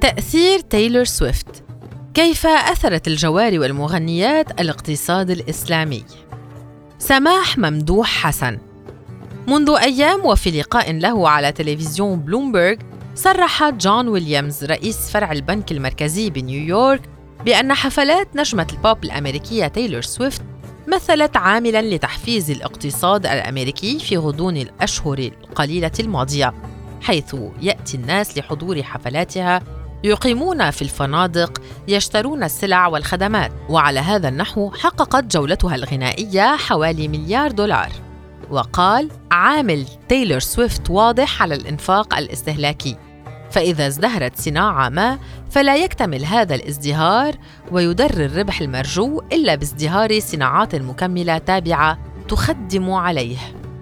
تأثير تايلور سويفت. كيف أثرت الجواري والمغنيات الاقتصاد الإسلامي؟ سماح ممدوح حسن. منذ أيام وفي لقاء له على تلفزيون بلومبرغ، صرح جون ويليامز رئيس فرع البنك المركزي بنيويورك بأن حفلات نجمة البوب الأمريكية تايلور سويفت مثلت عاملاً لتحفيز الاقتصاد الأمريكي في غضون الأشهر القليلة الماضية، حيث يأتي الناس لحضور حفلاتها يقيمون في الفنادق، يشترون السلع والخدمات، وعلى هذا النحو حققت جولتها الغنائية حوالي $1 مليار. وقال: عامل تايلور سويفت واضح على الإنفاق الاستهلاكي، فإذا ازدهرت صناعة ما فلا يكتمل هذا الازدهار ويدر الربح المرجو إلا بازدهار صناعات مكملة تابعة تخدم عليه.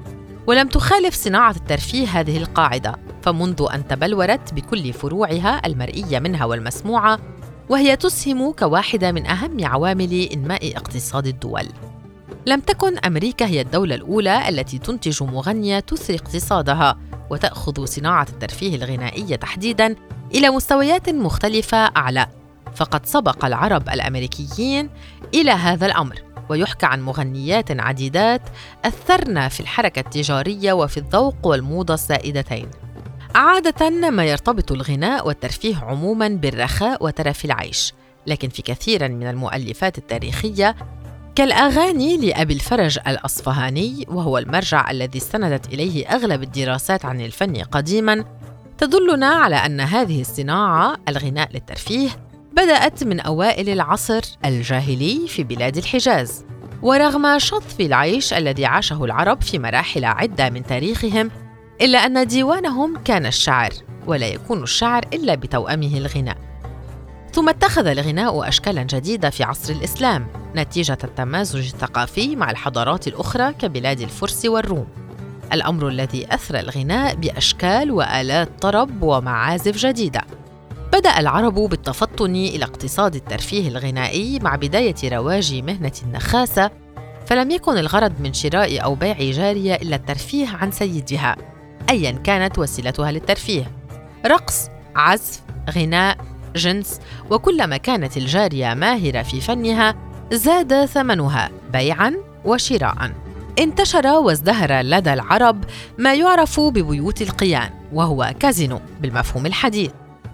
ولم تخالف صناعة الترفيه هذه القاعدة، فمنذ أن تبلورت بكل فروعها المرئية منها والمسموعة، وهي تسهم كواحدة من أهم عوامل إنماء اقتصاد الدول. لم تكن أمريكا هي الدولة الأولى التي تنتج مغنية تثري اقتصادها وتأخذ صناعة الترفيه الغنائية تحديداً إلى مستويات مختلفة أعلى، فقد سبق العرب الأمريكيين إلى هذا الأمر، ويحكى عن مغنيات عديدات أثرن في الحركة التجارية وفي الذوق والموضة السائدتين. عادة ما يرتبط الغناء والترفيه عموماً بالرخاء وترف العيش، لكن في كثير من المؤلفات التاريخية كالأغاني لأبي الفرج الأصفهاني، وهو المرجع الذي استندت إليه أغلب الدراسات عن الفن قديماً، تدلنا على أن هذه الصناعة الغناء للترفيه بدأت من أوائل العصر الجاهلي في بلاد الحجاز. ورغم شظف العيش الذي عاشه العرب في مراحل عدة من تاريخهم، إلا أن ديوانهم كان الشعر، ولا يكون الشعر إلا بتوأمه الغناء. ثم اتخذ الغناء أشكالاً جديدة في عصر الإسلام نتيجة التمازج الثقافي مع الحضارات الأخرى كبلاد الفرس والروم، الأمر الذي أثرى الغناء بأشكال وآلات طرب ومعازف جديدة. بدأ العرب بالتفطن إلى اقتصاد الترفيه الغنائي مع بداية رواج مهنة النخاسة، فلم يكن الغرض من شراء أو بيع جارية إلا الترفيه عن سيدها أياً كانت وسيلتها للترفيه: رقص، عزف، غناء، جنس، وكلما كانت الجارية ماهرة في فنها زاد ثمنها بيعاً وشراءً. انتشر وازدهر لدى العرب ما يعرف ببيوت القيان، وهو كازينو بالمفهوم الحديث،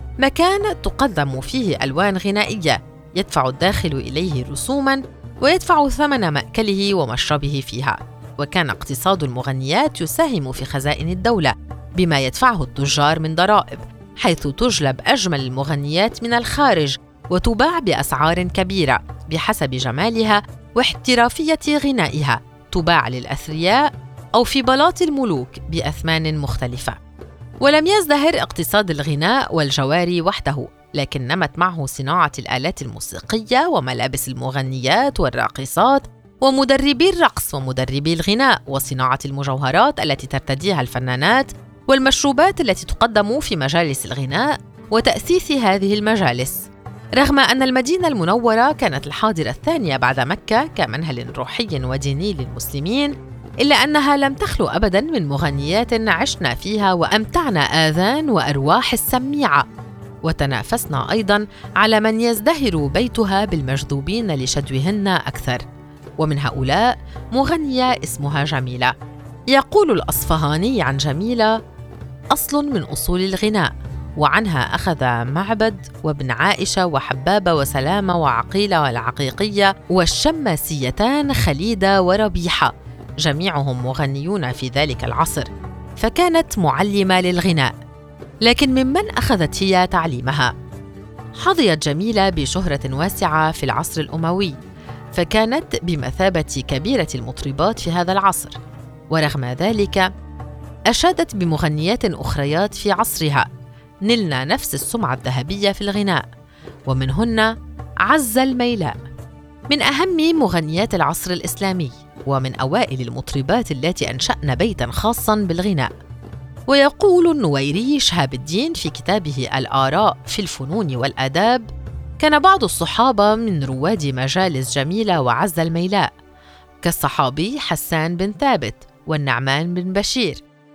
مكان تقدم فيه ألوان غنائية يدفع الداخل إليه رسوماً ويدفع ثمن مأكله ومشربه فيها. وكان اقتصاد المغنيات يساهم في خزائن الدولة بما يدفعه التجار من ضرائب، حيث تجلب أجمل المغنيات من الخارج وتباع بأسعار كبيرة بحسب جمالها واحترافية غنائها، تباع للأثرياء أو في بلاط الملوك بأثمان مختلفة. ولم يزدهر اقتصاد الغناء والجواري وحده، لكن نمت معه صناعة الآلات الموسيقية وملابس المغنيات والراقصات ومدربي الرقص ومدربي الغناء، وصناعة المجوهرات التي ترتديها الفنانات، والمشروبات التي تقدم في مجالس الغناء وتأسيس هذه المجالس. رغم أن المدينة المنورة كانت الحاضرة الثانية بعد مكة كمنهل روحي وديني للمسلمين، إلا أنها لم تخلو أبداً من مغنيات عشنا فيها وأمتعنا آذان وأرواح السميعة، وتنافسنا أيضاً على من يزدهر بيتها بالمجذوبين لشدوهن أكثر. ومن هؤلاء مغنية اسمها جميلة. يقول الأصفهاني عن جميلة: أصل من أصول الغناء، وعنها أخذ معبد وابن عائشة وحبابة وسلامة وعقيلة والعقيقية والشماسيتان خليدة وربيحة، جميعهم مغنيون في ذلك العصر، فكانت معلمة للغناء. لكن ممن أخذت هي تعليمها؟ حظيت جميلة بشهرة واسعة في العصر الأموي، فكانت بمثابة كبيرة المطربات في هذا العصر. ورغم ذلك أشادت بمغنيات أخريات في عصرها نلنا نفس السمعة الذهبية في الغناء، ومنهن عزة الميلاء، من أهم مغنيات العصر الإسلامي ومن أوائل المطربات التي أنشأن بيتاً خاصاً بالغناء. ويقول النويري شهاب الدين في كتابه الآراء في الفنون والآداب: كان بعض الصحابة من رواد مجالس جميلة وعزة الميلاء، كالصحابي حسان بن ثابت والنعمان بن بشير،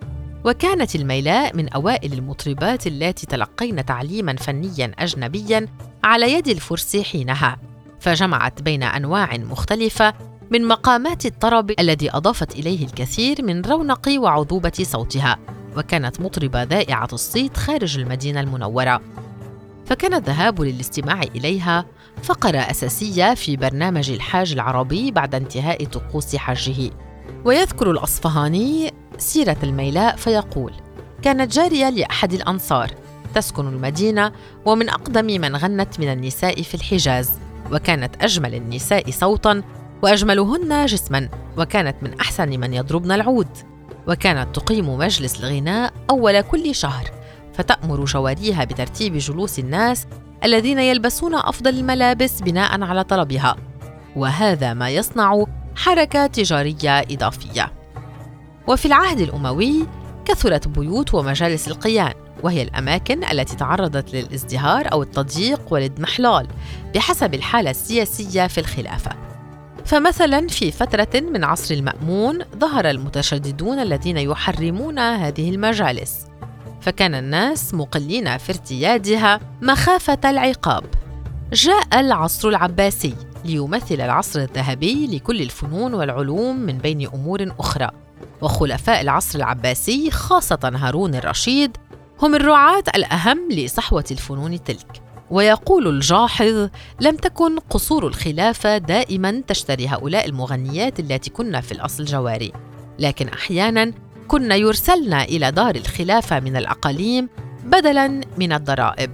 وكانت الميلاء من أوائل المطربات التي تلقين تعليماً فنياً أجنبياً على يد الفرس حينها، فجمعت بين أنواع مختلفة من مقامات الطرب الذي أضافت إليه الكثير من رونق وعذوبة صوتها، وكانت مطربة ذائعة الصيت خارج المدينة المنورة. فكان الذهاب للاستماع إليها فقرة أساسية في برنامج الحاج العربي بعد انتهاء طقوس حجه. ويذكر الأصفهاني سيرة الميلاء فيقول: كانت جارية لأحد الأنصار تسكن المدينة، ومن أقدم من غنت من النساء في الحجاز، وكانت أجمل النساء صوتاً وأجملهن جسماً، وكانت من أحسن من يضربن العود، وكانت تقيم مجلس الغناء أول كل شهر، فتأمر جواريها بترتيب جلوس الناس الذين يلبسون أفضل الملابس بناء على طلبها، وهذا ما يصنع حركة تجارية إضافية. وفي العهد الأموي كثرت بيوت ومجالس القيان، وهي الأماكن التي تعرضت للازدهار أو التضييق والاضمحلال بحسب الحالة السياسية في الخلافة. فمثلاً في فترة من عصر المأمون ظهر المتشددون الذين يحرمون هذه المجالس، فكان الناس مقلين في ارتيادها مخافة العقاب. جاء العصر العباسي ليمثل العصر الذهبي لكل الفنون والعلوم من بين أمور أخرى، وخلفاء العصر العباسي خاصة هارون الرشيد هم الرعاة الأهم لصحوة الفنون تلك. ويقول الجاحظ: لم تكن قصور الخلافة دائماً تشتري هؤلاء المغنيات التي كن في الأصل جواري، لكن أحياناً كن يرسلن إلى دار الخلافة من الأقاليم بدلاً من الضرائب.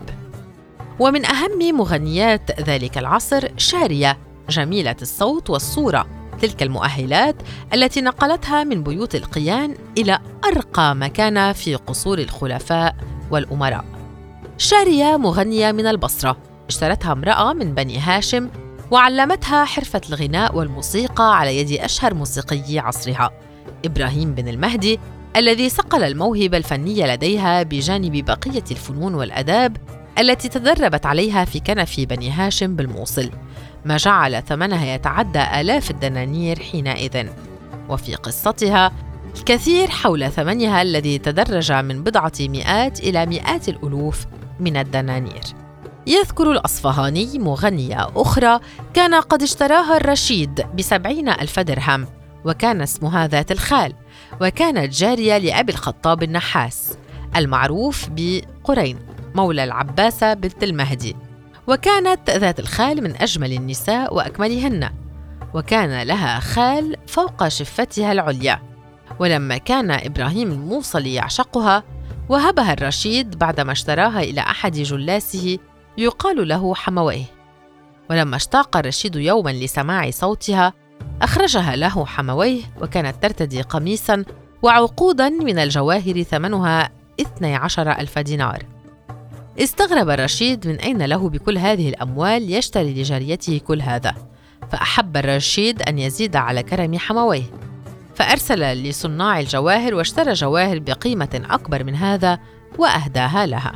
ومن أهم مغنيات ذلك العصر شارية، جميلة الصوت والصورة، تلك المؤهلات التي نقلتها من بيوت القيان إلى أرقى مكانة في قصور الخلفاء والأمراء. شارية مغنية من البصرة، اشترتها امرأة من بني هاشم وعلمتها حرفة الغناء والموسيقى على يد أشهر موسيقي عصرها إبراهيم بن المهدي، الذي صقل الموهبة الفنية لديها بجانب بقية الفنون والآداب التي تدربت عليها في كنف بني هاشم بالموصل، ما جعل ثمنها يتعدى آلاف الدنانير حينئذ. وفي قصتها الكثير حول ثمنها الذي تدرج من بضعة مئات إلى مئات الألوف من الدنانير. يذكر الأصفهاني مغنية أخرى كان قد اشتراها الرشيد ب70,000 درهم، وكان اسمها ذات الخال، وكانت جارية لأبي الخطاب النحاس المعروف بقرين مولى العباسة بنت المهدي، وكانت ذات الخال من أجمل النساء وأكملهن، وكان لها خال فوق شفتها العليا. ولما كان إبراهيم الموصلي يعشقها وهبها الرشيد بعدما اشتراها إلى أحد جلاسه يقال له حمويه. ولما اشتاق الرشيد يوما لسماع صوتها أخرجها له حمويه، وكانت ترتدي قميصا وعقودا من الجواهر ثمنها 12,000 دينار. استغرب الرشيد من أين له بكل هذه الأموال يشتري لجاريته كل هذا، فأحب الرشيد أن يزيد على كرم حمويه، فأرسل لصناع الجواهر واشترى جواهر بقيمة أكبر من هذا وأهداها لها.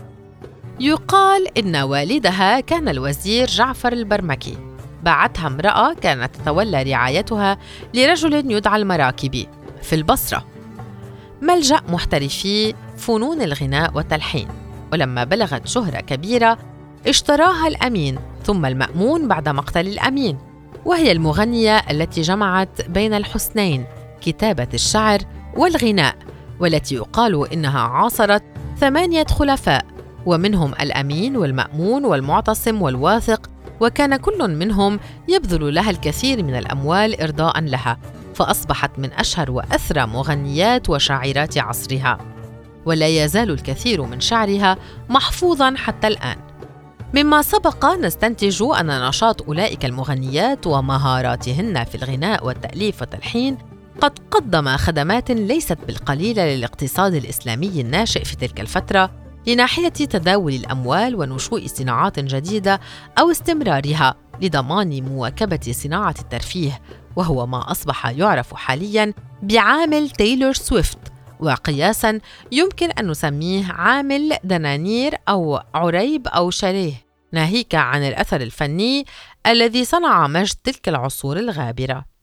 يقال إن والدها كان الوزير جعفر البرمكي، باعتها امرأة كانت تتولى رعايتها لرجل يدعى المراكبي في البصرة، ملجأ محترفي فنون الغناء والتلحين. ولما بلغت شهرة كبيرة اشتراها الأمين ثم المأمون بعد مقتل الأمين، وهي المغنية التي جمعت بين الحسنين، كتابة الشعر والغناء، والتي يقال إنها عاصرت 8 خلفاء، ومنهم الأمين والمأمون والمعتصم والواثق، وكان كل منهم يبذل لها الكثير من الأموال إرضاء لها، فأصبحت من أشهر وأثرى مغنيات وشاعرات عصرها، ولا يزال الكثير من شعرها محفوظاً حتى الآن. مما سبق نستنتج أن نشاط أولئك المغنيات ومهاراتهن في الغناء والتأليف والتلحين قد قدم خدمات ليست بالقليلة للاقتصاد الإسلامي الناشئ في تلك الفترة، لناحية تداول الأموال ونشوء صناعات جديدة أو استمرارها لضمان مواكبة صناعة الترفيه، وهو ما أصبح يعرف حالياً بعامل تايلور سويفت، وقياساً يمكن أن نسميه عامل دنانير أو عريب أو شاليه، ناهيك عن الأثر الفني الذي صنع مجد تلك العصور الغابرة.